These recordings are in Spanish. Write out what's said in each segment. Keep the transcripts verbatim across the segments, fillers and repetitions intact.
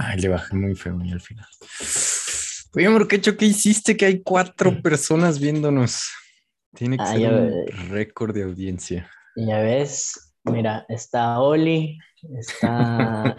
Ay, le bajé muy feo y al final. Oye, Morquecho, ¿qué hiciste? Que hay cuatro personas viéndonos. Tiene que Ah, ser ya, un ve- récord de audiencia. ya ves, mira, está Oli, está...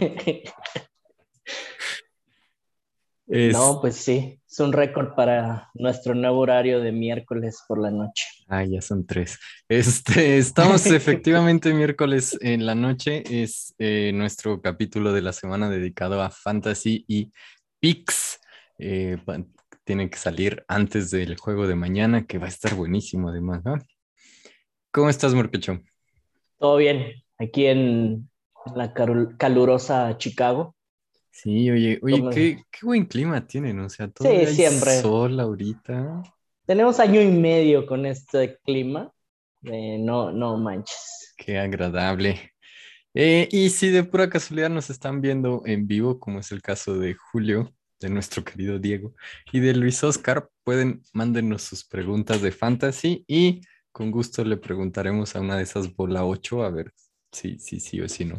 Es, No, pues sí, es un récord para nuestro nuevo horario de miércoles por la noche. ah, ya son tres. Este, estamos efectivamente miércoles en la noche. Es eh, nuestro capítulo de la semana dedicado a Fantasy y Picks. Eh, pa- tiene que salir antes del juego de mañana, que va a estar buenísimo además, ¿no? ¿Cómo estás, Morquecho? Todo bien, aquí en la carul- calurosa Chicago. Sí, oye, oye, Como- qué, qué buen clima tienen, o sea, Sí, todavía hay siempre. sol ahorita. Tenemos año y medio con este clima. Eh, no, no manches. Qué agradable. Eh, y si de pura casualidad nos están viendo en vivo, como es el caso de Julio, de nuestro querido Diego, y de Luis Oscar, pueden mándenos sus preguntas de fantasy y con gusto le preguntaremos a una de esas bola ocho a ver si sí, sí o si no.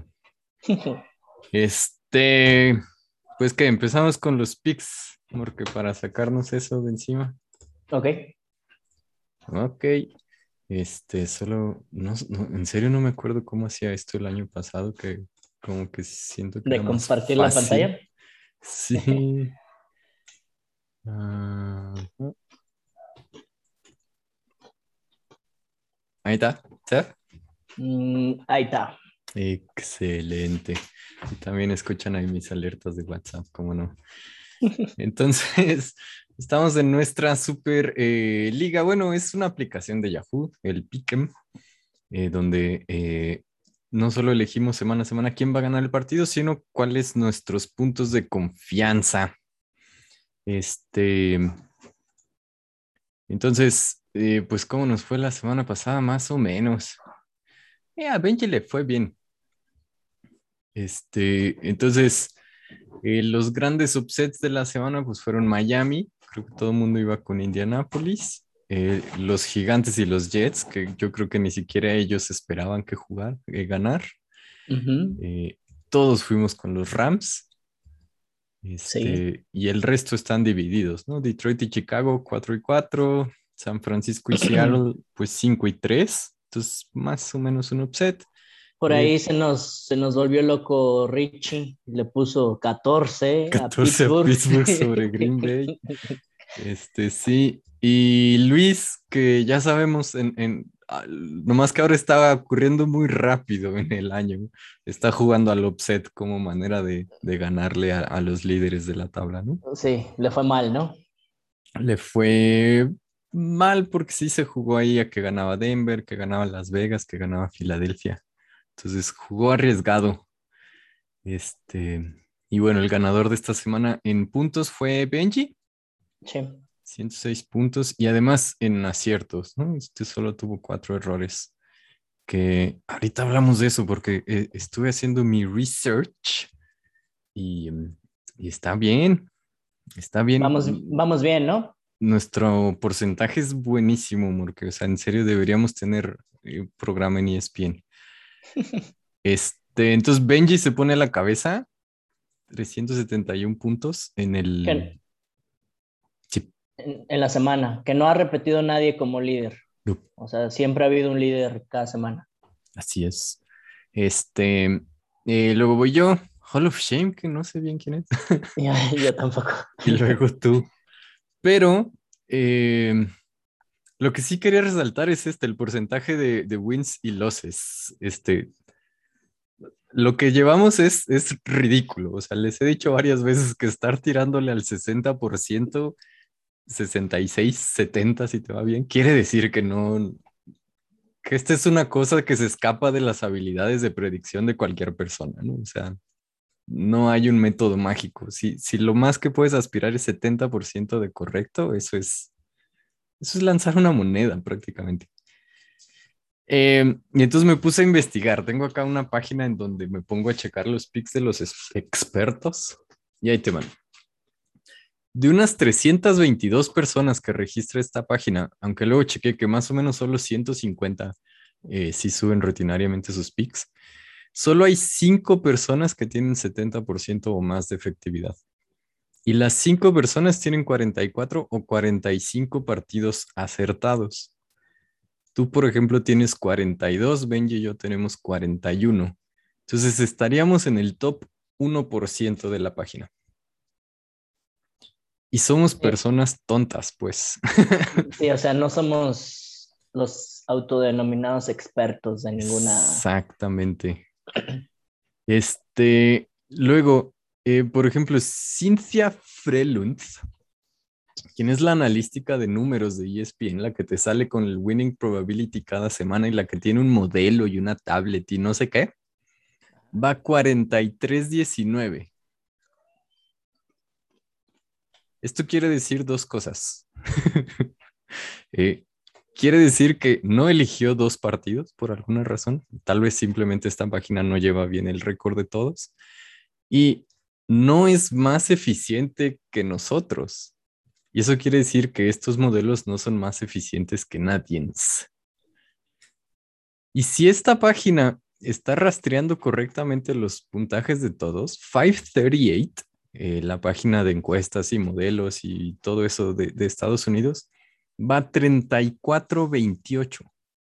Este, pues que empezamos con los picks, porque para sacarnos eso de encima. Ok, Ok. Este, solo, no, no, en serio no me acuerdo cómo hacía esto el año pasado, que como que siento que era de más compartir la fácil. pantalla. Sí. Ah, ahí está. ¿Sí? Mm, ahí está. Excelente. Y también escuchan ahí mis alertas de WhatsApp, cómo no. Entonces, estamos en nuestra super eh, liga. Bueno, es una aplicación de Yahoo, el Pick'em, eh, donde eh, no solo elegimos semana a semana quién va a ganar el partido, sino cuáles nuestros puntos de confianza. Este, entonces, eh, pues cómo nos fue la semana pasada, más o menos. Eh, a Benji le fue bien. Este, entonces, eh, los grandes upsets de la semana pues fueron Miami, creo que todo el mundo iba con Indianapolis, eh, los Gigantes y los Jets, que yo creo que ni siquiera ellos esperaban que jugar, eh, ganar. Ujú. Eh, Todos fuimos con los Rams, Sí. este, y el resto están divididos, ¿no? Detroit y Chicago, cuatro y cuatro, San Francisco y Seattle, pues cinco y tres, entonces más o menos un upset. Por Eh, ahí se nos, se nos volvió loco Richie, le puso catorce a catorce a Pittsburgh. Pittsburgh sobre Green Bay. Este sí. Y Luis, que ya sabemos, en, en, al- nomás que ahora estaba ocurriendo muy rápido en el año. Está jugando al upset como manera de, de ganarle a, a los líderes de la tabla, ¿no? Sí, le fue mal, ¿no? Le fue mal porque sí se jugó ahí a que ganaba Denver, que ganaba Las Vegas, que ganaba Filadelfia. Entonces jugó arriesgado. Este, y bueno, el ganador de esta semana en puntos fue Benji, Sí. ciento seis puntos y además en aciertos, ¿no? Este solo tuvo cuatro errores, que ahorita hablamos de eso porque eh, estuve haciendo mi research y, mm, y está bien, está bien. Vamos, vamos bien, ¿no? Nuestro porcentaje es buenísimo, porque, o sea, en serio deberíamos tener eh, un programa en E S P N. Este, entonces Benji se pone a la cabeza, trescientos setenta y uno puntos en el... Que, Sí, en, en la semana, que no ha repetido nadie como líder. no, O sea, siempre ha habido un líder cada semana. así es. Este, eh, luego voy yo, Hall of Shame, que no sé bien quién es, Yo, yo tampoco. y luego tú. Pero eh, lo que sí quería resaltar es este, el porcentaje de, de wins y losses. Este, lo que llevamos es, es ridículo. O sea, les he dicho varias veces que estar tirándole al sesenta por ciento, sesenta y seis, setenta si te va bien, quiere decir que no, que esta es una cosa que se escapa de las habilidades de predicción de cualquier persona, ¿no? O sea, no hay un método mágico. Si, si lo más que puedes aspirar es setenta por ciento de correcto, eso es, eso es lanzar una moneda prácticamente. Eh, y entonces me puse a investigar. Tengo acá una página en donde me pongo a checar los picks de los es- expertos. Y ahí te van. De unas trescientas veintidós personas que registra esta página, aunque luego chequé que más o menos solo ciento cincuenta eh, sí suben rutinariamente sus picks, Solo hay cinco personas que tienen setenta por ciento o más de efectividad. Y las cinco personas tienen cuarenta y cuatro o cuarenta y cinco partidos acertados. Tú, por ejemplo, tienes cuarenta y dos, Benji y yo tenemos cuarenta y uno. Entonces estaríamos en el top uno por ciento de la página. Y somos Sí, personas tontas, pues. sí, o sea, no somos los autodenominados expertos de ninguna. Exactamente. Este, luego, eh, por ejemplo, Cynthia Frelund, quien es la analística de números de E S P N, la que te sale con el winning probability cada semana y la que tiene un modelo y una tablet y no sé qué, va cuarenta y tres diecinueve. Esto quiere decir dos cosas. Eh, quiere decir que no eligió dos partidos por alguna razón. Tal vez simplemente esta página no lleva bien el récord de todos. Y no es más eficiente que nosotros. Y eso quiere decir que estos modelos no son más eficientes que nadie. Y si esta página está rastreando correctamente los puntajes de todos, quinientos treinta y ocho, eh, la página de encuestas y modelos y todo eso de, de Estados Unidos, va treinta y cuatro veintiocho.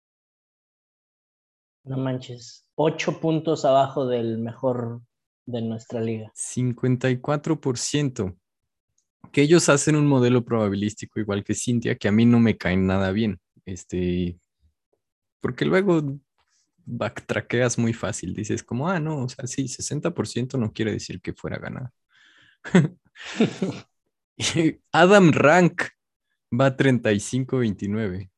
No manches. Ocho puntos abajo del mejor de nuestra liga. cincuenta y cuatro por ciento. Que ellos hacen un modelo probabilístico igual que Cintia, que a mí no me caen nada bien. Este, porque luego backtrackeas muy fácil. Dices como, ah, no, o sea, sí, sesenta por ciento no quiere decir que fuera ganar. Adam Rank va treinta y cinco veintinueve.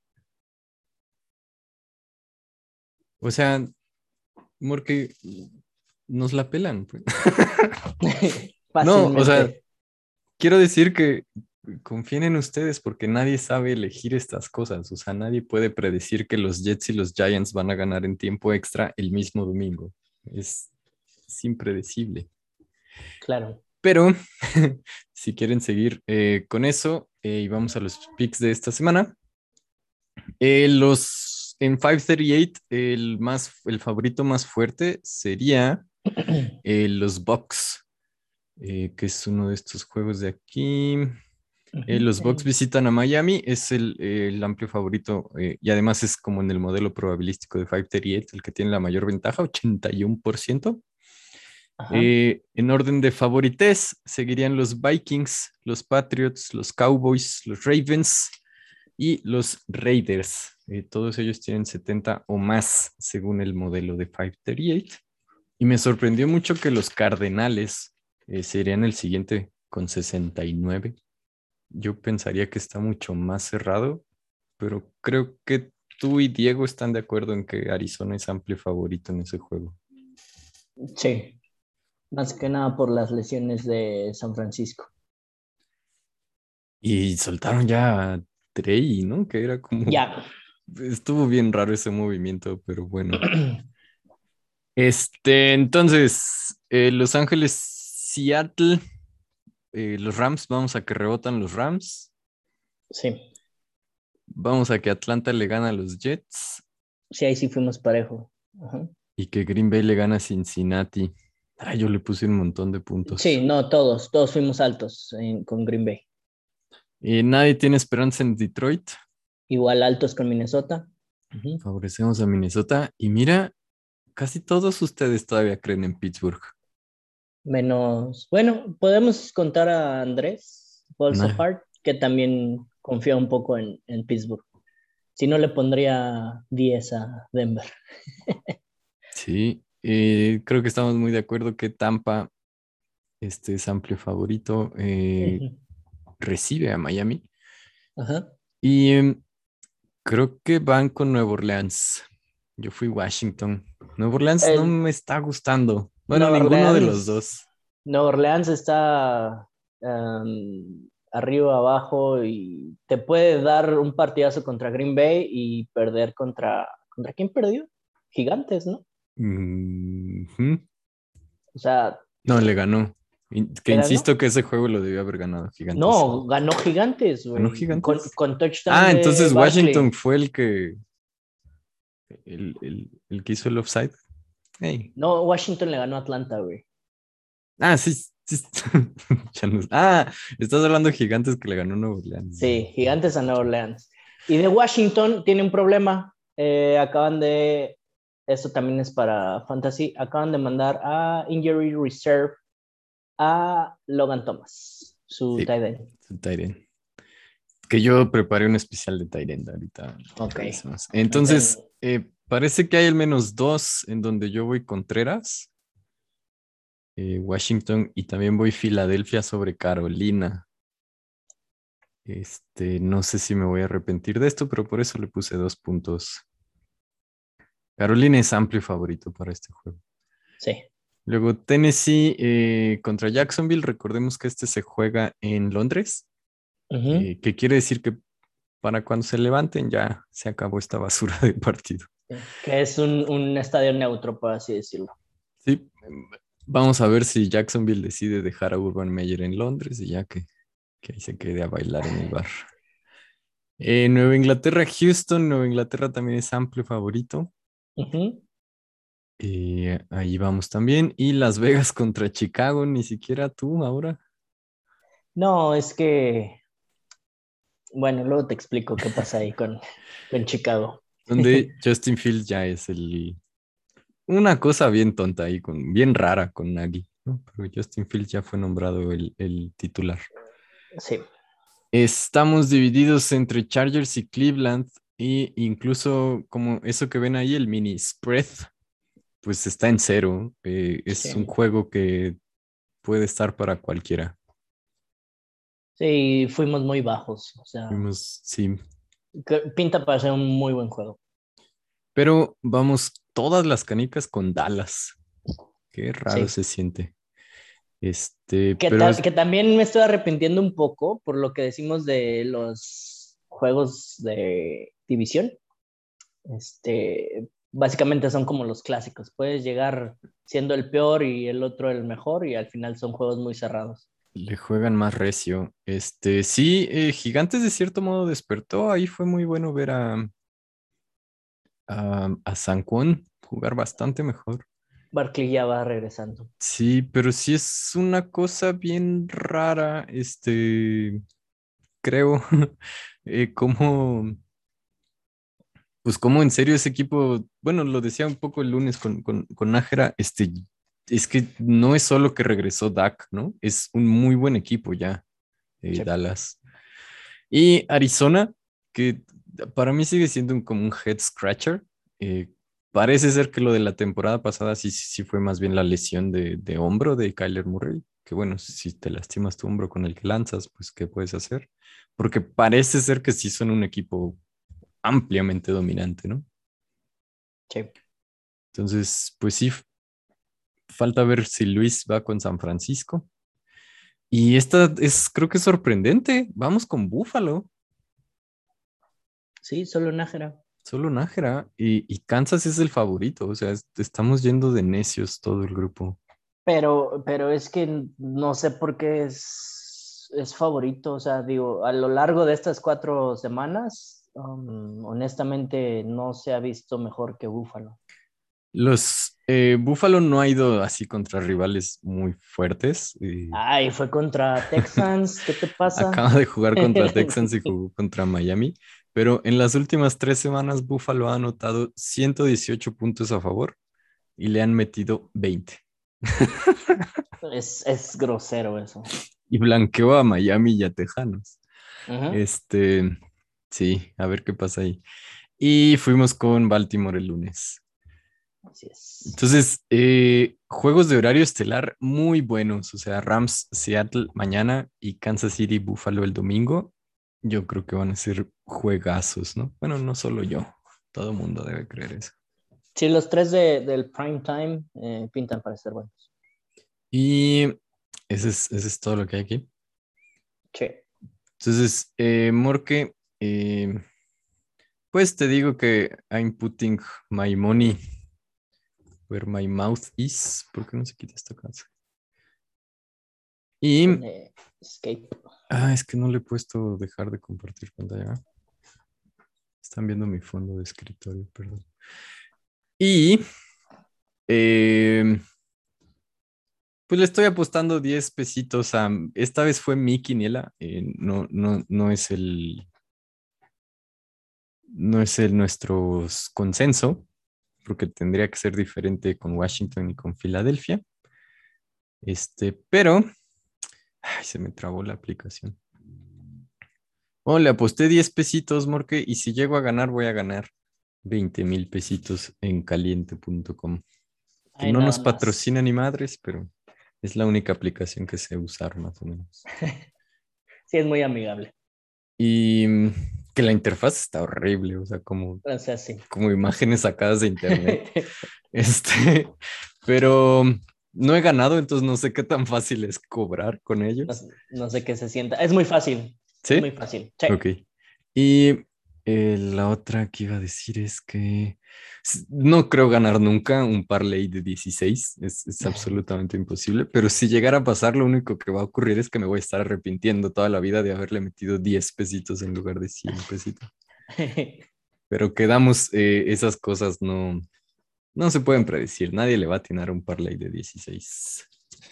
O sea, porque nos la pelan, pues. No, o sea, Fácilmente. quiero decir que confíen en ustedes porque nadie sabe elegir estas cosas. O sea, nadie puede predecir que los Jets y los Giants van a ganar en tiempo extra el mismo domingo. Es, es impredecible. Claro. Pero si quieren seguir eh, con eso, eh, y vamos a los picks de esta semana. Eh, los en quinientos treinta y ocho, el más, el favorito más fuerte sería eh, los Bucks, eh, que es uno de estos juegos de aquí. Eh, los Bucks visitan a Miami, es el, el amplio favorito, eh, y además es como en el modelo probabilístico de quinientos treinta y ocho el que tiene la mayor ventaja, ochenta y uno por ciento. Ajá. Eh, en orden de favorites, seguirían los Vikings, los Patriots, los Cowboys, los Ravens y los Raiders. Eh, todos ellos tienen setenta o más según el modelo de quinientos treinta y ocho. Y me sorprendió mucho que los Cardenales eh, serían el siguiente con sesenta y nueve. Yo pensaría que está mucho más cerrado, pero creo que tú y Diego están de acuerdo en que Arizona es amplio favorito en ese juego. Sí. Más que nada por las lesiones de San Francisco. Y soltaron ya a Trey, ¿no? Que era como... Ya. Estuvo bien raro ese movimiento, pero bueno. Este, entonces, eh, Los Ángeles, Seattle, eh, los Rams, vamos a que rebotan los Rams. Sí. Vamos a que Atlanta le gana a los Jets Sí, ahí sí fuimos parejo. Ajá. y que Green Bay le gana a Cincinnati. Ah, yo le puse un montón de Sí, puntos. no, todos, todos fuimos altos en- con Green Bay. Y nadie tiene esperanza en Detroit. Igual altos con Minnesota. Ujú. Favorecemos a Minnesota. Y mira, casi todos ustedes todavía creen en Pittsburgh. Menos, bueno, podemos contar a Andrés Bolso Nah, Hart, que también confía un poco en, en Pittsburgh. Si no, le pondría diez a Denver. sí, eh, creo que estamos muy de acuerdo que Tampa, este es amplio favorito, eh, Ujú. recibe a Miami. Ajá. Y em, creo que van con Nueva Orleans. Yo fui Washington. Nueva Orleans no El, me está gustando. Bueno, Nueva ninguno de los Orleans, dos. Nueva Orleans está um, arriba, abajo y te puede dar un partidazo contra Green Bay y perder contra... ¿Contra quién perdió? Gigantes, ¿no? Mm, ujú. O sea, No, le ganó. In- Que ¿le ganó? insisto que ese juego lo debió haber ganado Gigantes. No, ganó Gigantes, ¿Ganó güey. Con, Gigantes? con touchdown Ah, de entonces Washington Barkley. fue el que el, el, el que hizo el offside. Hey. No, Washington le ganó a Atlanta, güey. Ah, sí, sí. Ya no- Ah, estás hablando de Gigantes que le ganó Nuevo Orleans. Sí, Gigantes a Nueva Orleans. Y de Washington tiene un problema. Eh, acaban de, esto también es para Fantasy, acaban de mandar a Injury Reserve a Logan Thomas, su Sí, tight end. su tight end. Que yo preparé un especial de tight end ahorita. Ok. Revisamos. Entonces, Entonces, eh, parece que hay al menos dos en donde yo voy Contreras, eh, Washington, y también voy Filadelfia sobre Carolina. Este, no sé si me voy a arrepentir de esto, pero por eso le puse dos puntos. Carolina es amplio favorito para este juego. sí. Luego Tennessee eh, contra Jacksonville. Recordemos que este se juega en Londres, Ujú. eh, que quiere decir que para cuando se levanten ya se acabó esta basura de partido. Sí. Que es un, un estadio neutro, por así decirlo. Sí, em, vamos a ver si Jacksonville decide dejar a Urban Meyer en Londres y ya que, que ahí se quede a bailar en el bar. Eh, Nueva Inglaterra, Houston. Nueva Inglaterra también es amplio favorito. Ujú. Eh, ahí vamos también. Y Las Vegas contra Chicago, ni siquiera tú ahora. No, es que, bueno, luego te explico qué pasa ahí con, con Chicago. Donde Justin Fields ya es el... Una cosa bien tonta ahí, con, bien rara con Nagy, ¿no? Pero Justin Fields ya fue nombrado el, el titular. Sí. Estamos divididos entre Chargers y Cleveland y incluso como eso que ven ahí, el mini spread, pues está en cero. Eh, es un Sí. juego que puede estar para cualquiera. Sí, fuimos muy bajos. O sea, Fuimos, sí, que pinta para ser un muy buen juego. pero vamos todas las canicas con Dallas. Qué raro Sí. se siente. Este, Que, pero ta- es, que también me estoy arrepintiendo un poco por lo que decimos de los juegos de división. Este, básicamente son como los clásicos. Puedes llegar siendo el peor y el otro el mejor y al final son juegos muy cerrados. le juegan más recio. Este, sí, eh, Gigantes de cierto modo despertó. Ahí fue muy bueno ver a, a, a San Juan jugar bastante mejor. Barkley ya va regresando. Sí, pero sí es una cosa bien rara, este, creo, eh, como, pues como en serio ese equipo, bueno, lo decía un poco el lunes con, con, con Nájera, este, es que no es solo que regresó Dak, ¿no? Es un muy buen equipo ya, eh, Sí. Dallas. Y Arizona, que para mí sigue siendo un, como un head scratcher. eh, Parece ser que lo de la temporada pasada sí, sí sí fue más bien la lesión de, de hombro de Kyler Murray. Que bueno, si te lastimas tu hombro con el que lanzas, pues ¿qué puedes hacer? Porque parece ser que sí son un equipo ampliamente dominante, ¿no? Sí. Entonces, pues sí, f- falta ver si Luis va con San Francisco. Y esta es, creo que es sorprendente. Vamos con Buffalo. Sí, solo Nájera. Solo Nájera y, y Kansas es el favorito, o sea, es- estamos yendo de necios todo el grupo. Pero, pero es que no sé por qué es, es favorito. O sea, digo, a lo largo de estas cuatro semanas, um, honestamente no se ha visto mejor que Búfalo. Los eh, Buffalo no ha ido así contra rivales muy fuertes. y Ay, fue contra Texans. ¿Qué te pasa? Acaba de jugar contra Texans y jugó contra Miami, pero en las últimas tres semanas Buffalo ha anotado ciento dieciocho puntos a favor y le han metido veinte. Es, es grosero eso. Y blanqueó a Miami y a Tejanos. Ujú. Este, sí, a ver qué pasa ahí. Y fuimos con Baltimore el lunes. Así es. Entonces, eh, juegos de horario estelar muy buenos. O sea, Rams, Seattle mañana y Kansas City, Buffalo el domingo. Yo creo que van a ser juegazos, ¿no? Bueno, no solo yo. Todo el mundo debe creer eso. Sí, los tres de, del prime time eh, pintan para ser buenos. Y ese es, ese es todo lo que hay aquí. Sí. Entonces, eh, Morque, eh, pues te digo que I'm putting my money where my mouth is. ¿Por qué no se quita esta casa? Y Pone escape. ah, es que no le he puesto dejar de compartir pantalla. Están viendo mi fondo de escritorio, perdón. Y Eh, pues le estoy apostando diez pesitos a... Esta vez fue mi quiniela. eh, no, no, no es el... No es el nuestro consenso, porque tendría que ser diferente con Washington y con Filadelfia. Este, pero... Ay, se me trabó la aplicación. Oh, le aposté diez pesitos, Morque, y si llego a ganar, voy a ganar veinte mil pesitos en caliente punto com. Que Ay, no nada nos más. patrocina ni madres, pero es la única aplicación que sé usar más o menos. Sí, es muy amigable. Y mm, que la interfaz está horrible, o sea, como, O sea, sí. como imágenes sacadas de internet. Este, pero no he ganado, entonces no sé qué tan fácil es cobrar con No, ellos. no sé qué se sienta. Es muy fácil. Es muy ¿Sí? fácil. Sí. Ok. Y eh, la otra que iba a decir es que s- no creo ganar nunca un parlay de dieciséis. Es, es absolutamente imposible, pero si llegara a pasar, lo único que va a ocurrir es que me voy a estar arrepintiendo toda la vida de haberle metido diez pesitos en lugar de cien pesitos. Pero quedamos, eh, esas cosas no, no se pueden predecir. Nadie le va a atinar un parlay de dieciséis.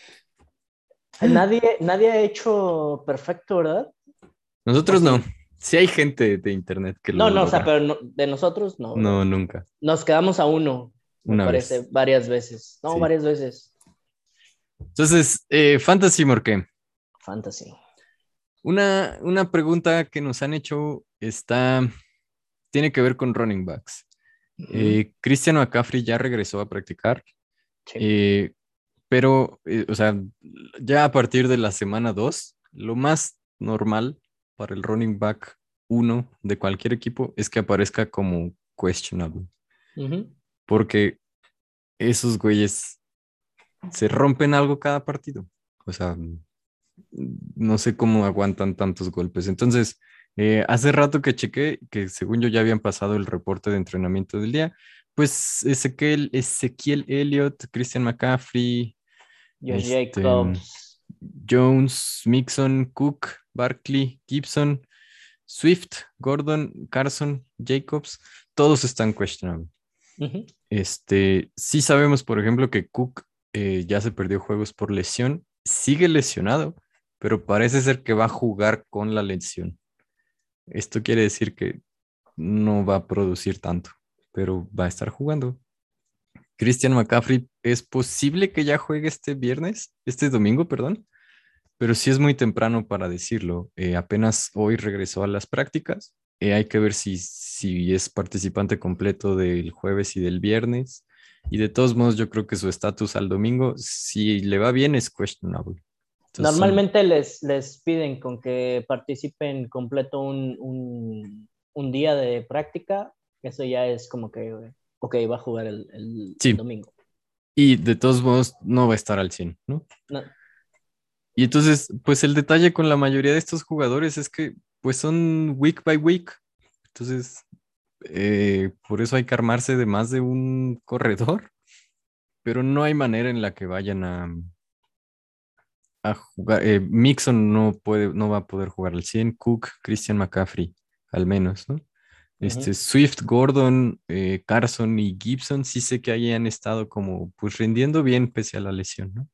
Nadie, nadie ha hecho perfecto, ¿verdad? ¿O Nosotros no. sí? Si hay gente de internet que No, lo no, o sea, logra. pero no- de nosotros no, ¿verdad? No, nunca. Nos quedamos a uno, me Una parece, vez. varias veces. No, Sí. varias veces. Entonces, eh, Fantasy Morque, Fantasy. una, una pregunta que nos han hecho está, tiene que ver con running backs. Ujú. Eh, Christian McCaffrey ya regresó a practicar, Sí. eh, pero, eh, o sea, ya a partir de la semana dos, lo más normal para el running back uno de cualquier equipo es que aparezca como questionable, Ujú. porque esos güeyes se rompen algo cada partido. O sea, no sé cómo aguantan tantos golpes. Entonces, eh, hace rato que chequé, que según yo ya habían pasado el reporte de entrenamiento del día, pues Ezequiel, Ezequiel Elliott, Christian McCaffrey, Josh este, mm, Jacobs. Jones, Mixon, Cook, Barkley, Gibson, Swift, Gordon, Carson, Jacobs, todos están questionable. Ujú. Este, sí sabemos, por ejemplo, que Cook eh, ya se perdió juegos por lesión, sigue lesionado, pero parece ser que va a jugar con la lesión. Esto quiere decir que no va a producir tanto, pero va a estar jugando. Christian McCaffrey es posible que ya juegue este viernes, este domingo, perdón, pero sí es muy temprano para decirlo. Eh, apenas hoy regresó a las prácticas. Eh, hay que ver si, si es participante completo del jueves y del viernes. Y de todos modos, yo creo que su estatus al domingo, si le va bien, es questionable. Entonces son, Normalmente les, les piden con que participen completo un, un, un día de práctica. Eso ya es como que, ok, va a jugar el, el, el sí. domingo. Y de todos modos, no va a estar al cien, ¿no? No, Y entonces, pues el detalle con la mayoría de estos jugadores es que, pues son week by week. Entonces, eh, por eso hay que armarse de más de un corredor, pero no hay manera en la que vayan a, a jugar. Eh, Mixon no puede, no va a poder jugar al cien. Cook, Christian McCaffrey, al menos, ¿no? Este, ujú. Swift, Gordon, eh, Carson y Gibson sí sé que ahí han estado como pues rindiendo bien pese a la lesión, ¿no?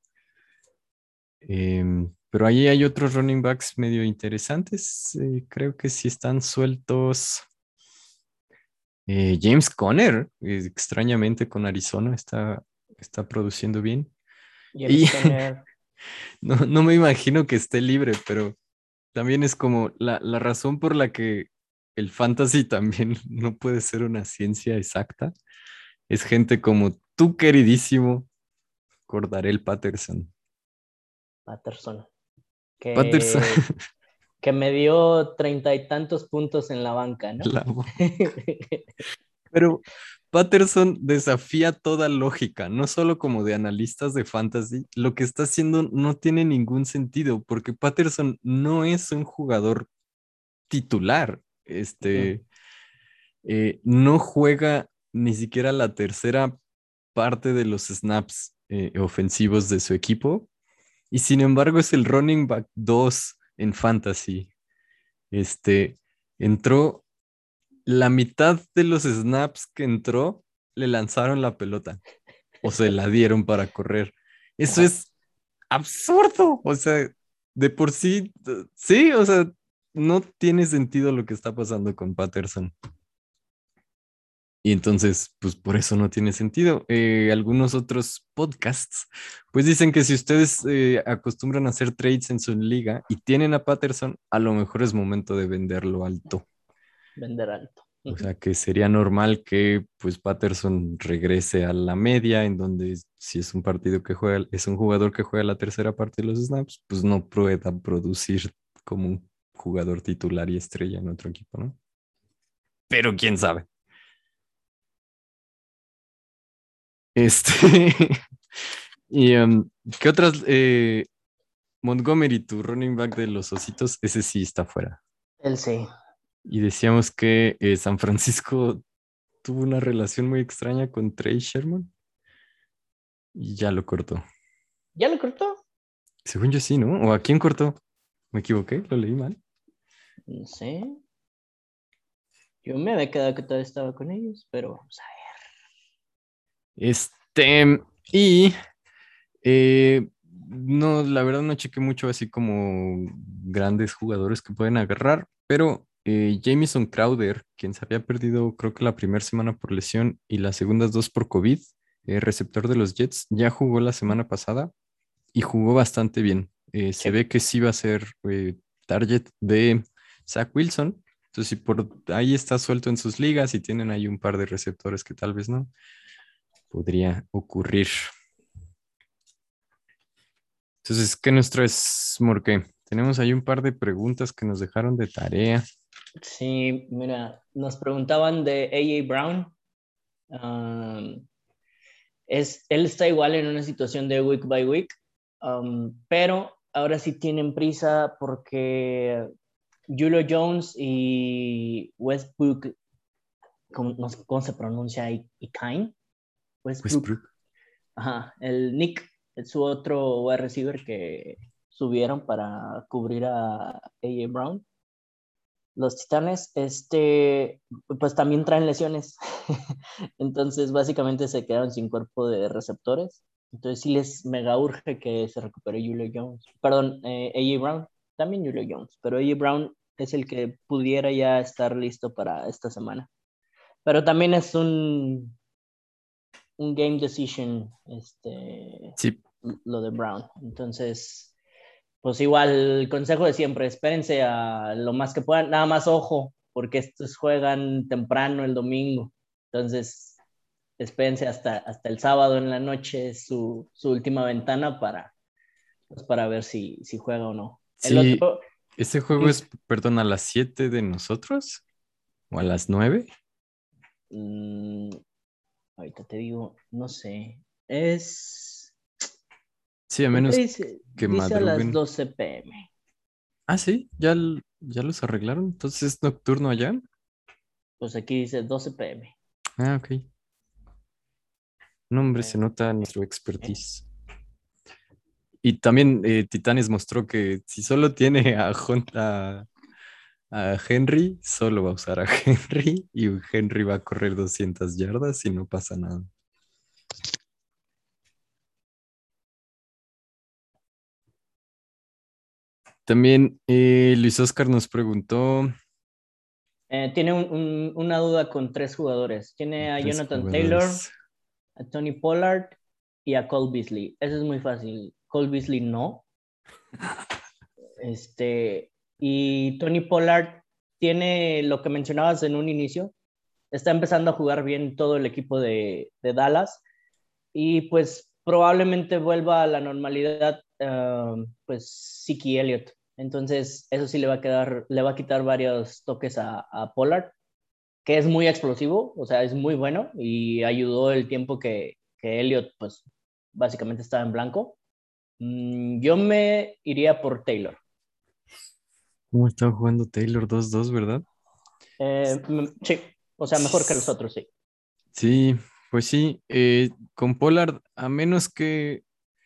Em, pero ahí hay otros running backs medio interesantes. Eh, creo que sí están sueltos. Eh, James Conner, eh, extrañamente con Arizona, está, está produciendo bien. James Y Conner. no, no me imagino que esté libre, pero también es como la, la razón por la que el fantasy también no puede ser una ciencia exacta. Es gente como tu queridísimo Cordarel Patterson. Patterson, Patterson, que, que me dio treinta y tantos puntos en la banca, ¿no? la pero Patterson desafía toda lógica, no solo como de analistas de fantasy, lo que está haciendo no tiene ningún sentido, porque Patterson no es un jugador titular, Ujú, este, eh, no juega ni siquiera la tercera parte de los snaps eh, ofensivos de su equipo, y sin embargo es el running back dos en fantasy. Este, entró la mitad de los snaps que entró, le lanzaron la pelota. o se la dieron para correr. Eso Ajá. es absurdo. O sea, de por sí, t- sí, o sea, no tiene sentido lo que está pasando con Patterson. Y entonces, pues por eso no tiene sentido. Eh, algunos otros podcasts, pues dicen que si ustedes eh, acostumbran a hacer trades en su liga y tienen a Patterson, a lo mejor es momento de venderlo alto. Vender alto. O Ujú. sea, que sería normal que pues Patterson regrese a la media, en donde si es un partido que juega, es un jugador que juega la tercera parte de los snaps, pues no pueda producir como un jugador titular y estrella en otro equipo, ¿no? Pero quién sabe. Este, y em, ¿qué otras? eh, Montgomery, tu running back de los Ositos, ese sí está fuera. Él sí. Y decíamos que eh, San Francisco tuvo una relación muy extraña con Trey Sherman y ya lo cortó. ¿Ya lo cortó? Según yo sí, ¿no? ¿O a quién cortó? ¿Me equivoqué? ¿Lo leí mal? No sé. Yo me había quedado que todavía estaba con ellos, pero vamos a Este, y eh, no, la verdad no chequé mucho así como grandes jugadores que pueden agarrar, pero eh, Jamison Crowder, quien se había perdido creo que la primera semana por lesión y las segundas dos por COVID, eh, receptor de los Jets, ya jugó la ver. semana pasada y jugó bastante bien. Eh, se Sí. ve que sí va a ser eh, target de Zach Wilson. Entonces, si por ahí está suelto en sus ligas y tienen ahí un par de receptores que tal vez no, podría ocurrir. Entonces, ¿qué nos traes, Morque? Tenemos ahí un par de preguntas que nos dejaron de tarea. Sí, mira, nos preguntaban de A J. Brown. Um, es, él está igual en una situación de week by week, um, pero ahora sí tienen prisa porque Julio Jones y Westbrook, ¿cómo, no sé cómo se pronuncia? I- Ikain, Westbrook, Westbrook. ajá, el Nick, es su otro wide receiver que subieron para cubrir a A J. Brown. Los Titanes, este, pues también traen lesiones. Entonces, básicamente se quedaron sin cuerpo de receptores. Entonces, sí les mega urge que se recupere Julio Jones. Perdón, eh, A J. Brown. También Julio Jones. Pero A J. Brown es el que pudiera ya estar listo para esta semana. Pero también es un, un game decision, este, Sí, lo de Brown. Entonces, pues igual el consejo de siempre, espérense a lo más que puedan, nada más ojo, porque estos juegan temprano el domingo, entonces espérense hasta, hasta el sábado en la noche su, su última ventana para, pues para ver si, si juega o no. El sí, otro, ese juego es, perdón, a las siete de nosotros o a las nueve. mmm, ahorita te digo, no sé, es, Sí, a creo que menos dice, que dice a las madruguen. doce p m. Ah, sí, ya, l- ya los arreglaron. Entonces es nocturno allá. Pues aquí dice doce p m. Ah, ok. No, hombre, se Eh, nota nuestro expertise. Y también eh, Titanes mostró que si solo tiene a, Jon- a, a Henry, solo va a usar a Henry y Henry va a correr doscientas yardas y no pasa nada. También eh, Luis Oscar nos preguntó eh, tiene un, un, una duda con tres jugadores. Tiene a tres Jonathan Taylor, jugadores. a Tony Pollard y a Cole Beasley. Eso es muy fácil. Cole Beasley no. Este, y Tony Pollard tiene lo que mencionabas en un inicio. Está empezando a jugar bien todo el equipo de, de Dallas y pues probablemente vuelva a la normalidad, uh, pues Siki Elliott. Entonces, eso sí le va a quedar, le va a quitar varios toques a, a Pollard, que es muy explosivo, o sea, es muy bueno y ayudó el tiempo que, que Elliott, pues, básicamente estaba en blanco. Mm, yo me iría por Taylor. ¿Cómo está jugando Taylor dos dos, verdad? Eh, mm, sí, o sea, mejor que los otros, sí. Sí, pues sí. eh, con Pollard, a menos que,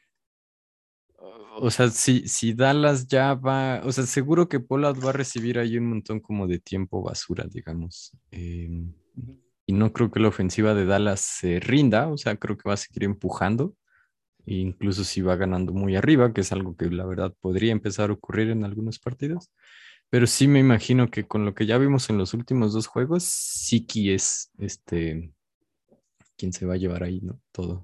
o sea, si, si Dallas ya va, o sea, seguro que Pollard va a recibir ahí un montón como de tiempo basura, digamos. em, y no creo que la ofensiva de Dallas se rinda, o sea, creo que va a seguir empujando, e incluso si va ganando muy arriba, que es algo que la verdad podría empezar a ocurrir en algunos partidos. Pero sí me imagino que con lo que ya vimos en los últimos dos juegos, Siki es este quien se va a llevar ahí, ¿no? Todo,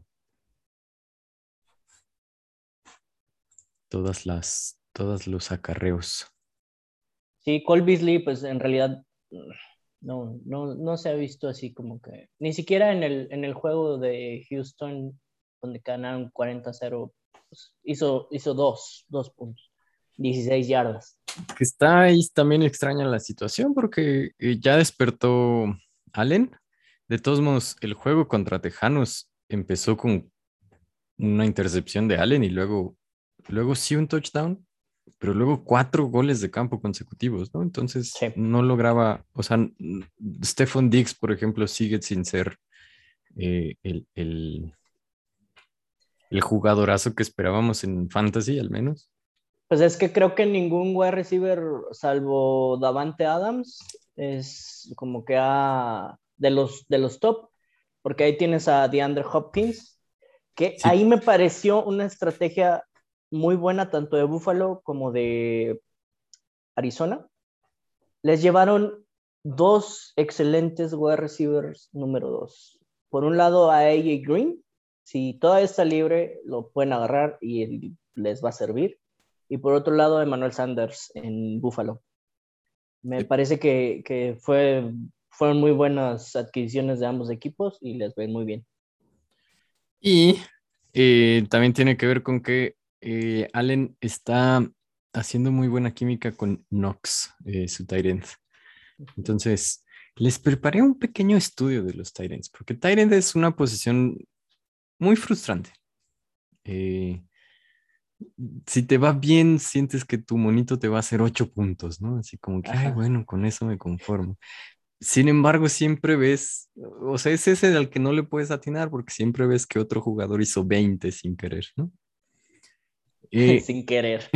todas las, todos los acarreos. Sí, Cole Beasley, pues en realidad mm, no, no, no se ha visto así como que, ni siquiera en el, en el juego de Houston, donde ganaron cuarenta a cero, pues, hizo, hizo dos, dos puntos, dieciséis yardas. Que está ahí también extraña la situación porque eh, ya despertó Allen. De todos modos, el juego contra Tejanos empezó con una intercepción de Allen y luego, luego sí un touchdown, pero luego cuatro goles de campo consecutivos, ¿no? Entonces Sí. no lograba, o sea, n- Stephon Diggs, por ejemplo, sigue sin ser eh, el, el, el jugadorazo que esperábamos en Fantasy, al menos. Pues es que creo que ningún wide receiver, salvo Davante Adams, es como que ha, de los, de los top, porque ahí tienes a DeAndre Hopkins, que Sí, ahí me pareció una estrategia muy buena tanto de Buffalo como de Arizona. Les llevaron dos excelentes wide receivers número dos. Por un lado a A J Green, si todavía está libre, lo pueden agarrar y les va a servir. Y por otro lado, Emmanuel Sanders en Buffalo. Me sí. parece que, que fue, fueron muy buenas adquisiciones de ambos equipos y les ven muy bien. Y eh, también tiene que ver con que eh, Allen está haciendo muy buena química con Knox, eh, su tight end. Entonces, les preparé un pequeño estudio de los tight ends, porque tight end es una posición muy frustrante. Eh, si te va bien, sientes que tu monito te va a hacer ocho puntos, ¿no? Así como que, ay, Ajá. bueno, con eso me conformo. Sin embargo, siempre ves, o sea, es ese al que no le puedes atinar porque siempre ves que otro jugador hizo veinte sin querer, ¿no? Eh, Sin querer.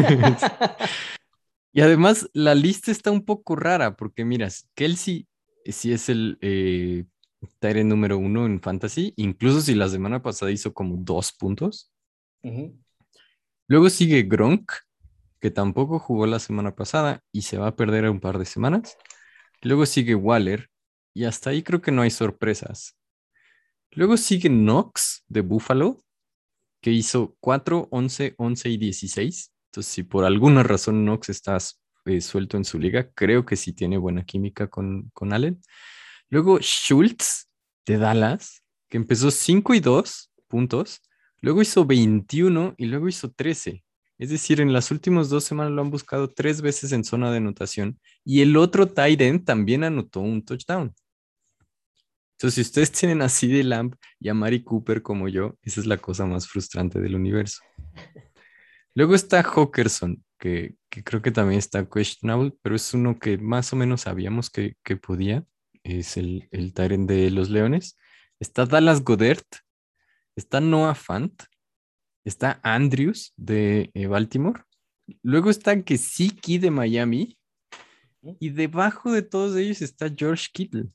y además, la lista está un poco rara porque, miras, Kelsey sí es el eh, tight end número uno en Fantasy, incluso si la semana pasada hizo como dos puntos. Uh-huh. Luego sigue Gronk, que tampoco jugó la semana pasada y se va a perder un par de semanas. Luego sigue Waller y hasta ahí creo que no hay sorpresas. Luego sigue Knox de Buffalo, que hizo cuatro, once, once y dieciséis. Entonces, si por alguna razón Knox está eh, suelto en su liga, creo que sí tiene buena química con, con Allen. Luego Schultz de Dallas, que empezó cinco y dos puntos, luego hizo veintiuno y luego hizo trece. Es decir, en las últimas dos semanas lo han buscado tres veces en zona de anotación y el otro tight end también anotó un touchdown. Entonces, si ustedes tienen a CeeDee Lamb y a Mari Cooper como yo, esa es la cosa más frustrante del universo. Luego está Hawkerson, que, que creo que también está questionable, pero es uno que más o menos sabíamos que, que podía. Es el, el Tyrant de los Leones. Está Dallas Goddard, está Noah Fant, está Andrews de eh, Baltimore. Luego está Gesicki de Miami. Y debajo de todos ellos está George Kittle.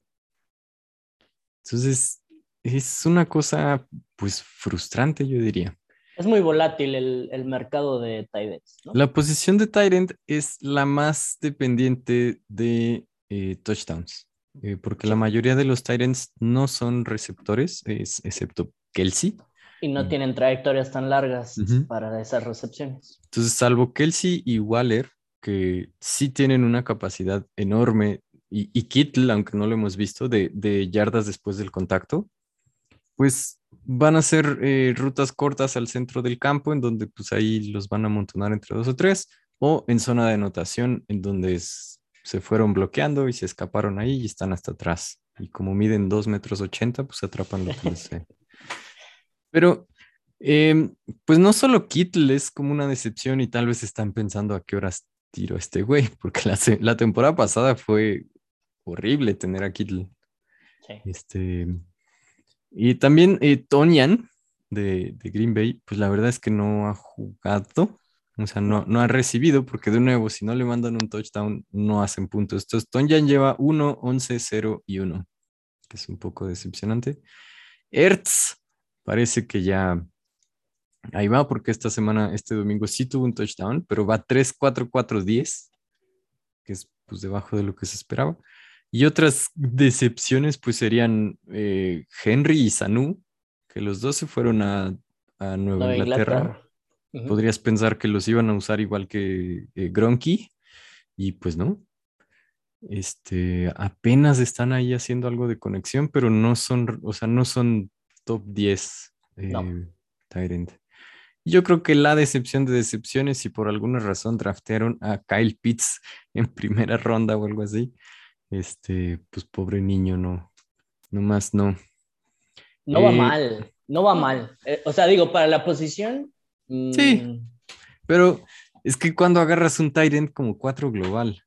Entonces, es una cosa, pues, frustrante, yo diría. Es muy volátil el, el mercado de tight ends, ¿no? La posición de tight end es la más dependiente de eh, touchdowns, eh, porque la Sí. mayoría de los tight ends no son receptores, es- excepto Kelsey. Y no Y, tienen trayectorias tan largas ujú. para esas recepciones. Entonces, salvo Kelsey y Waller, que sí tienen una capacidad enorme, y, y Kittle, aunque no lo hemos visto, de, de yardas después del contacto, pues van a ser eh, rutas cortas al centro del campo, en donde pues ahí los van a amontonar entre dos o tres, o en zona de anotación, en donde es- se fueron bloqueando y se escaparon ahí y están hasta atrás. Y como miden dos metros ochenta, pues atrapan lo que les dé. Pero, em, pues no solo Kittle es como una decepción y tal vez están pensando a qué horas tiro a este güey, porque la, se- la temporada pasada fue horrible tener a Kittle. Sí. Este, y también eh, Tonyan de, de Green Bay, pues la verdad es que no ha jugado, o sea, no, No. no ha recibido, porque de nuevo, si no le mandan un touchdown, no hacen puntos. Entonces, Tonyan lleva uno once cero y uno. que es un poco decepcionante. Ertz parece que ya ahí va, porque esta semana, este domingo sí tuvo un touchdown, pero va tres cuatro cuatro diez, que es pues debajo de lo que se esperaba. Y otras decepciones pues serían eh, Henry y Sanu, que los dos se fueron a, a Nueva Nueva Inglaterra. Inglaterra. Ujú. Podrías pensar que los iban a usar igual que eh, Gronky, y pues no. Este, apenas están ahí haciendo algo de conexión, pero no son, o sea, no son top diez No. eh, tight end. Yo creo que la decepción de decepciones, si por alguna razón draftearon a Kyle Pitts en primera ronda o algo así, este, pues pobre niño, no, nomás no. No va Eh, mal, no va mal. Eh, o sea, digo, para la posición, sí, mm, pero es que cuando agarras un tight end como cuatro global,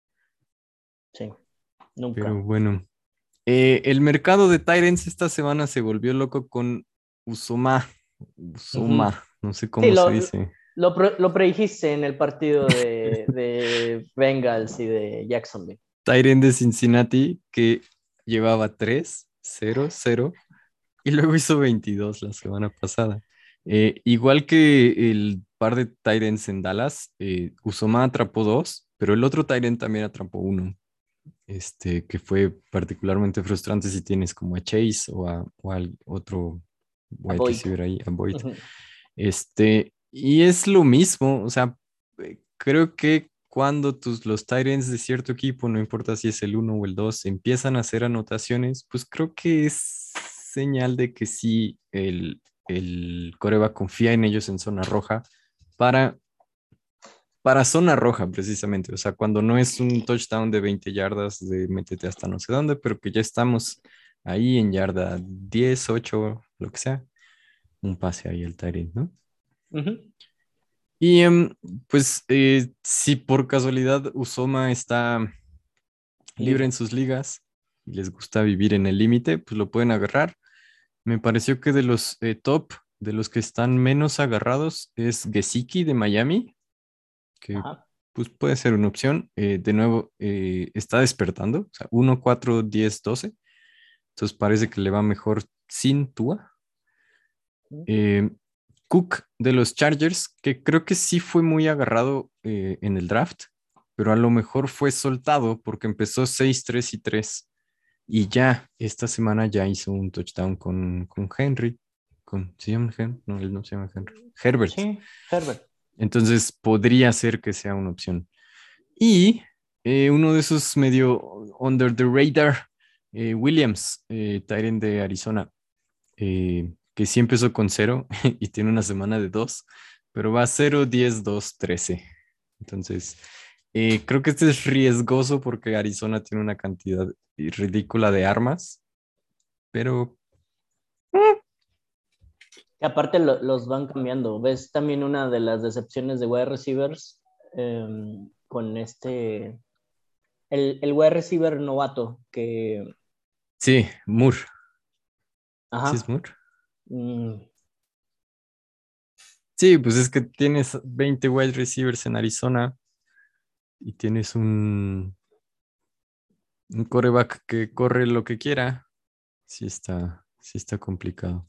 sí, pero nunca. bueno. Eh, el mercado de tight ends esta semana se volvió loco con Usoma, Ujú. Usoma, no sé Sí, cómo se lo, dice. lo, pre- lo predijiste en el partido de, de Bengals y de Jacksonville. Tight end de Cincinnati que llevaba tres cero cero y luego hizo veintidós la semana pasada. Eh, igual que el par de tight ends en Dallas, eh, Usoma atrapó dos, pero el otro tight end también atrapó uno. Este, que fue particularmente frustrante si tienes como a Chase o a, o al otro A wide Boyd. receiver ahí, a Boyd. Ujú. Este, y es lo mismo, o sea, eh, creo que cuando tus, los tight ends de cierto equipo, no importa si es el uno o el dos, empiezan a hacer anotaciones, pues creo que es señal de que sí, el, el Coreba confía en ellos en zona roja para para zona roja, precisamente. O sea, cuando no es un touchdown de veinte yardas, de métete hasta no sé dónde, pero que ya estamos ahí en yarda diez, ocho, lo que sea, un pase ahí al Tyrant, ¿no? Ujú. Y em, pues eh, si por casualidad Usoma está libre en Libre. sus ligas y les gusta vivir en el límite, pues lo pueden agarrar. Me pareció que de los eh, top, de los que están menos agarrados, es Gesicki de Miami, que Ajá. pues puede ser una opción. Eh, de nuevo, eh, está despertando, o sea, uno cuatro diez doce. Entonces parece que le va mejor sin Tua. Eh, Cook de los Chargers, que creo que sí fue muy agarrado eh, en el draft, pero a lo mejor fue soltado porque empezó seis tres y tres. Y ya esta semana ya hizo un touchdown con, con Henry. Con, ¿Se llama Henry? No, él no se llama Henry. Herbert. Sí, Herbert. Entonces podría ser que sea una opción. Y eh, uno de esos medio under the radar, eh, Williams, eh, tight end de Arizona, eh, que sí empezó con cero y tiene una semana de dos, pero va cero diez dos trece. Entonces, eh, creo que este es riesgoso porque Arizona tiene una cantidad ridícula de armas, pero Y aparte lo- los van cambiando. ¿Ves también una de las decepciones de wide receivers em, con este, el, el wide receiver novato que, sí, Moore. ¿Sí es ajá, Moore? mm, Sí, pues es que tienes veinte wide receivers en Arizona y tienes un, un quarterback que corre lo que quiera. Sí está, sí está complicado.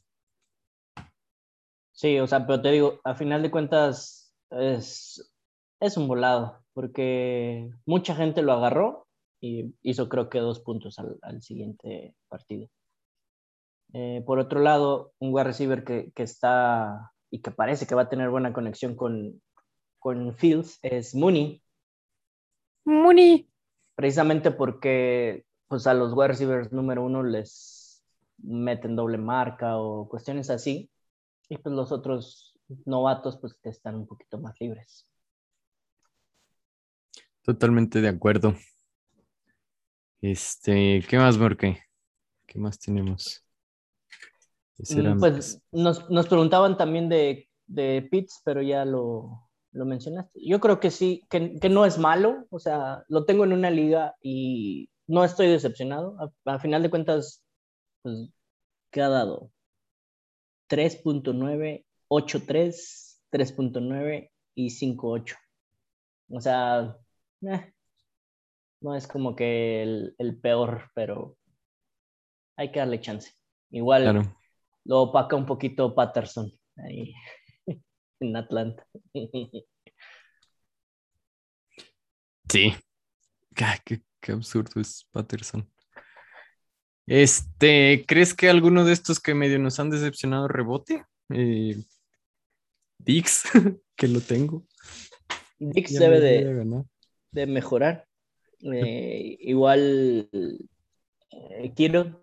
sí, o sea, pero te digo, a final de cuentas es, es un volado, porque mucha gente lo agarró y hizo creo que dos puntos al, al siguiente partido. Eh, por otro lado, un wide receiver que, que está y que parece que va a tener buena conexión con, con Fields es Mooney, Money. precisamente porque pues, a los wide receivers número uno les meten doble marca o cuestiones así, y pues los otros novatos pues que están un poquito más libres. Totalmente de acuerdo. Este, ¿qué más, Borque? ¿Qué más tenemos? Ese era, Mm, Pues nos, nos preguntaban también de, de Pitts, pero ya lo, lo mencionaste. Yo creo que sí, que, que no es malo, o sea, lo tengo en una liga y no estoy decepcionado. A, a final de cuentas, pues, ¿qué ha dado? tres punto nueve, ocho punto tres, tres punto nueve y cinco punto ocho. O sea, eh, no es como que el, el peor, pero hay que darle chance. Igual Claro. lo opaca un poquito Patterson ahí en Atlanta. Sí. Ah, qué, qué absurdo es Patterson. Este, ¿crees que alguno de estos que medio nos han decepcionado rebote? Eh, Dix, que lo tengo. Dix Ya debe me voy a de, ganar. de mejorar. Eh, igual eh, Kiro,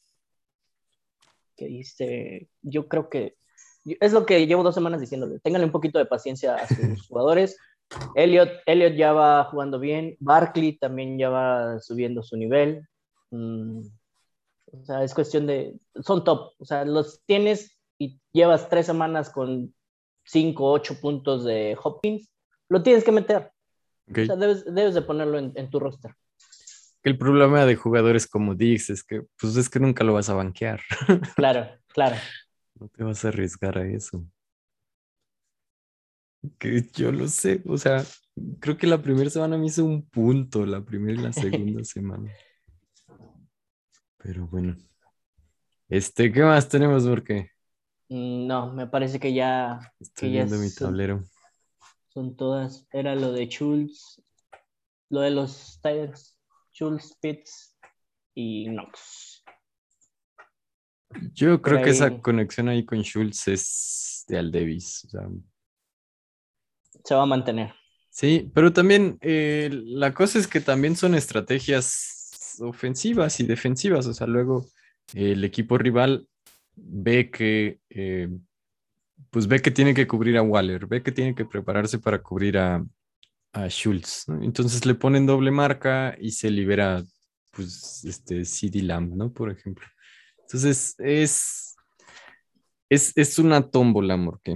que dice, yo creo que es lo que llevo dos semanas diciéndole, ténganle un poquito de paciencia a sus jugadores. Elliot, Elliot ya va jugando bien, Barkley también ya va subiendo su nivel. Mm, o sea, es cuestión de, son top, o sea, los tienes y llevas tres semanas con cinco, ocho puntos de Hopkins, lo tienes que meter. O Ok. sea, debes, debes de ponerlo en, en tu roster. El problema de jugadores como Dix es que, pues es que nunca lo vas a banquear. Claro, claro. No te vas a arriesgar a eso. Que yo lo sé, o sea, creo que la primera semana me hizo un punto, la primera y la segunda semana. Pero bueno, este, ¿qué más tenemos? Porque Mm, no, me parece que ya, estoy que ya viendo mi son, tablero. son todas. Era lo de Schultz, lo de los Tigers, Schultz, Pitts y Knox. Yo Por creo que esa ahí conexión ahí con Schultz es de Al Davis. O sea, se va a mantener. sí, pero también eh, la cosa es que también son estrategias ofensivas y defensivas. O sea, luego eh, el equipo rival ve que, eh, pues ve que tiene que cubrir a Waller, ve que tiene que prepararse para cubrir a, a Schultz, ¿no? Entonces le ponen doble marca y se libera, pues, este CeeDee Lamb, ¿no? Por ejemplo. Entonces es, es, es una tómbola, porque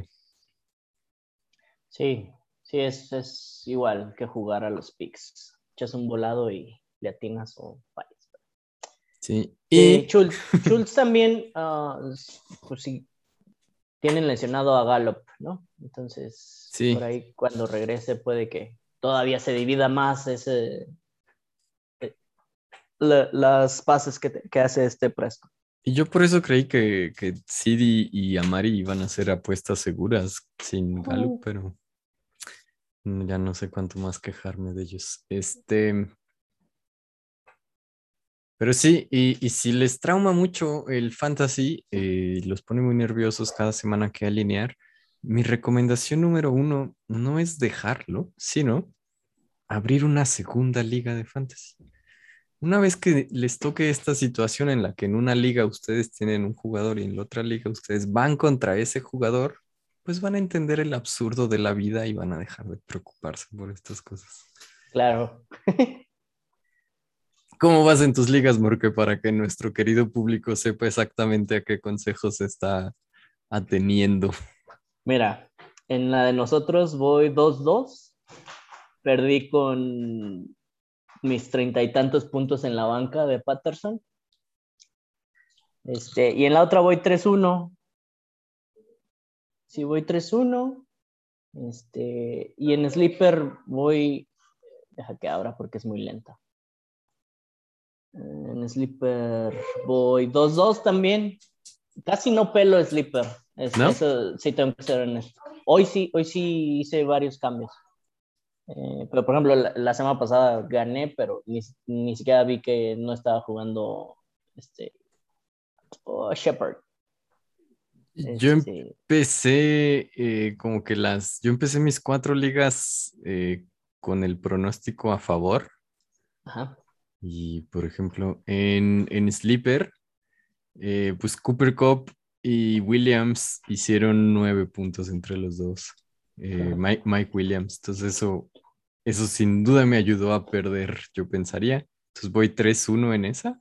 Sí, sí, es, es igual que jugar a los picks. Echas un volado y le atinas o fallas. sí. Sí, Y Schultz, Schultz también, uh, pues sí, tienen lesionado a Gallup, ¿no? Entonces, por sí. ahí cuando regrese puede que todavía se divida más ese, eh, la, las pases que, te, que hace este Prescott. Y yo por eso creí que, que Sidi y Amari iban a ser apuestas seguras sin Gallup, Mm, pero mm, ya no sé cuánto más quejarme de ellos. Este, pero sí, y, y si les trauma mucho el fantasy, eh, los pone muy nerviosos cada semana que alinear, mi recomendación número uno no es dejarlo, sino abrir una segunda liga de fantasy. Una vez que les toque esta situación en la que en una liga ustedes tienen un jugador y en la otra liga ustedes van contra ese jugador, pues van a entender el absurdo de la vida y van a dejar de preocuparse por estas cosas. claro. ¿Cómo vas en tus ligas, Morque, para que nuestro querido público sepa exactamente a qué consejos se está ateniendo? Mira, en la de nosotros voy dos dos. Perdí con mis treinta y tantos puntos en la banca de Patterson. Este, y en la otra voy tres uno. Sí, voy tres uno. Este, y en Sleeper voy. Deja que abra porque es muy lenta. En Sleeper voy dos dos también. Casi no pelo Sleeper. Es, ¿No? eso sí tengo que ser honesto. Hoy sí, hoy sí hice varios cambios. Eh, pero por ejemplo, la, la, semana pasada gané, pero ni, ni, siquiera vi que no estaba jugando este oh, Shepard. Yo Este, empecé eh, como que las, yo empecé mis cuatro ligas eh, con el pronóstico a favor. ajá. Y por ejemplo, en, en Sleeper, eh, pues Cooper Cup y Williams hicieron nueve puntos entre los dos. Eh, Mike, Mike Williams. Entonces eso, eso sin duda me ayudó a perder, yo pensaría. Entonces voy tres uno en esa.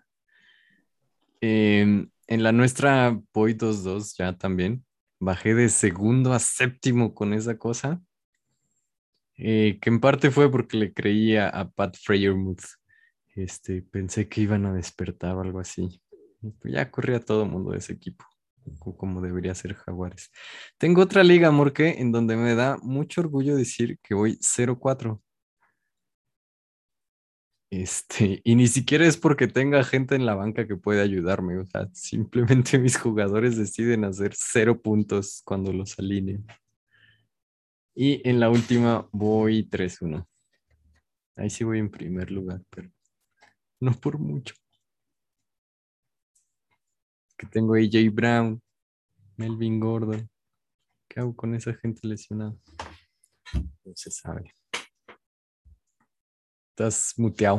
Em, en la nuestra voy dos dos ya también. Bajé de segundo a séptimo con esa cosa. Eh, que en parte fue porque le creía a Pat Freiermuth. Este, pensé que iban a despertar o algo así. Y pues ya corría todo el mundo de ese equipo, co- como debería ser Jaguares. Tengo otra liga, Morque, en donde me da mucho orgullo decir que voy cero cuatro. Este, y ni siquiera es porque tenga gente en la banca que puede ayudarme. O sea, simplemente mis jugadores deciden hacer cero puntos cuando los alineen. Y en la última voy tres uno. Ahí sí voy en primer lugar, pero no por mucho. Que tengo a A J Brown, Melvin Gordon. ¿Qué hago con esa gente lesionada? No se sabe. Estás muteado.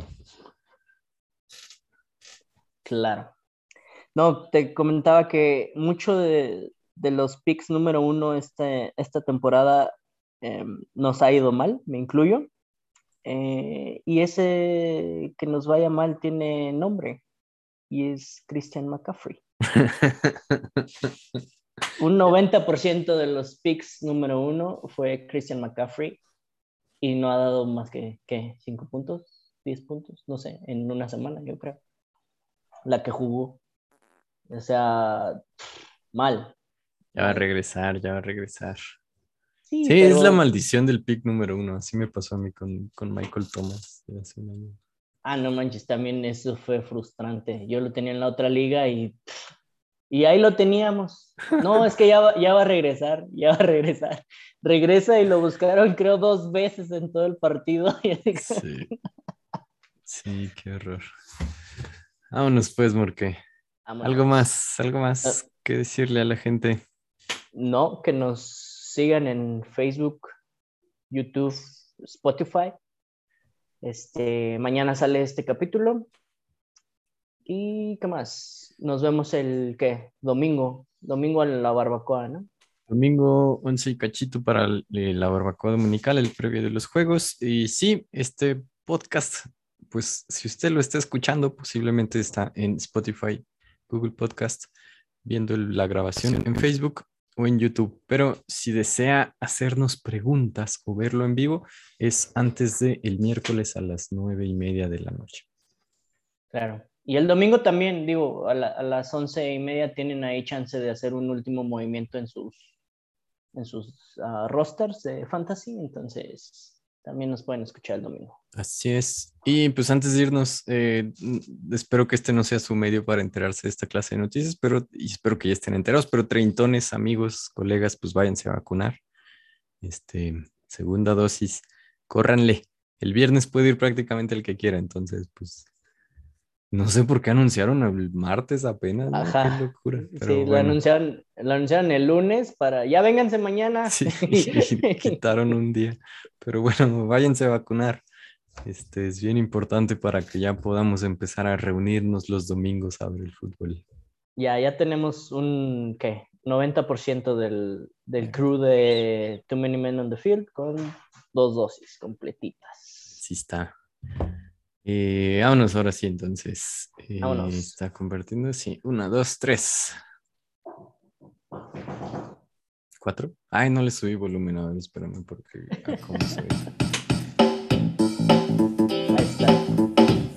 Claro. No, te comentaba que mucho de, de los picks número uno este, esta temporada eh, nos ha ido mal, me incluyo. Eh, y ese que nos vaya mal tiene nombre y es Christian McCaffrey. Un noventa por ciento de los picks número uno fue Christian McCaffrey y no ha dado más que, ¿qué? ¿cinco puntos? ¿diez puntos? No sé, en una semana, yo creo. La que jugó. O sea, mal, Ya va a mal. regresar, ya va a regresar. Sí, Sí, es la pero, maldición del pick número uno. Así me pasó a mí con, con Michael Thomas de hace un año. ah, no manches, también eso fue frustrante. Yo lo tenía en la otra liga y, y ahí lo teníamos. No, es que ya va, ya va a regresar, ya va a regresar. Regresa y lo buscaron, creo, dos veces en todo el partido. Y así como, Sí, sí, qué horror. Vámonos pues, Morque. Algo vámonos. más, algo Eh, más que decirle a la gente. No, que nos sigan en Facebook, YouTube, Spotify. Este, mañana sale este capítulo. ¿Y qué más? Nos vemos el, ¿qué? Domingo. Domingo en la barbacoa, ¿no? Domingo once y cachito para el- eh, la barbacoa dominical, el previo de los juegos. Y sí, este podcast, pues si usted lo está escuchando, posiblemente está en Spotify, Google Podcast, viendo el- la grabación en Facebook o en YouTube. Pero si desea hacernos preguntas o verlo en vivo, es antes de el miércoles a las nueve y media de la noche. Claro. Y el domingo también, digo, a, la- a las once y media tienen ahí chance de hacer un último movimiento en sus, en sus uh, rosters de fantasy, entonces también nos pueden escuchar el domingo. Así es. Y pues antes de irnos, eh, mm, espero que este no sea su medio para enterarse de esta clase de noticias, pero y espero que ya estén enterados, pero treintones, amigos, colegas, pues váyanse a vacunar. Este, segunda dosis, córranle. El viernes puede ir prácticamente el que quiera, entonces, pues no sé por qué anunciaron el martes apenas, ¿no? Qué Ajá. locura, pero Sí, lo bueno, anunciaron, lo anunciaron el lunes para, ya vénganse mañana. sí, y quitaron un día, pero bueno, váyanse a vacunar. Este es bien importante para que ya podamos empezar a reunirnos los domingos a ver el fútbol. Ya, ya tenemos un, ¿qué? noventa por ciento del, del Eh, crew de Too Many Men on the Field con dos dosis completitas. sí está. Eh, vámonos ahora sí, entonces. Eh, Vámonos. está convirtiendo, sí. Una, dos, tres, cuatro. Ay, no le subí volumen, a ver, espérame, porque a cómo se ve. Ahí está.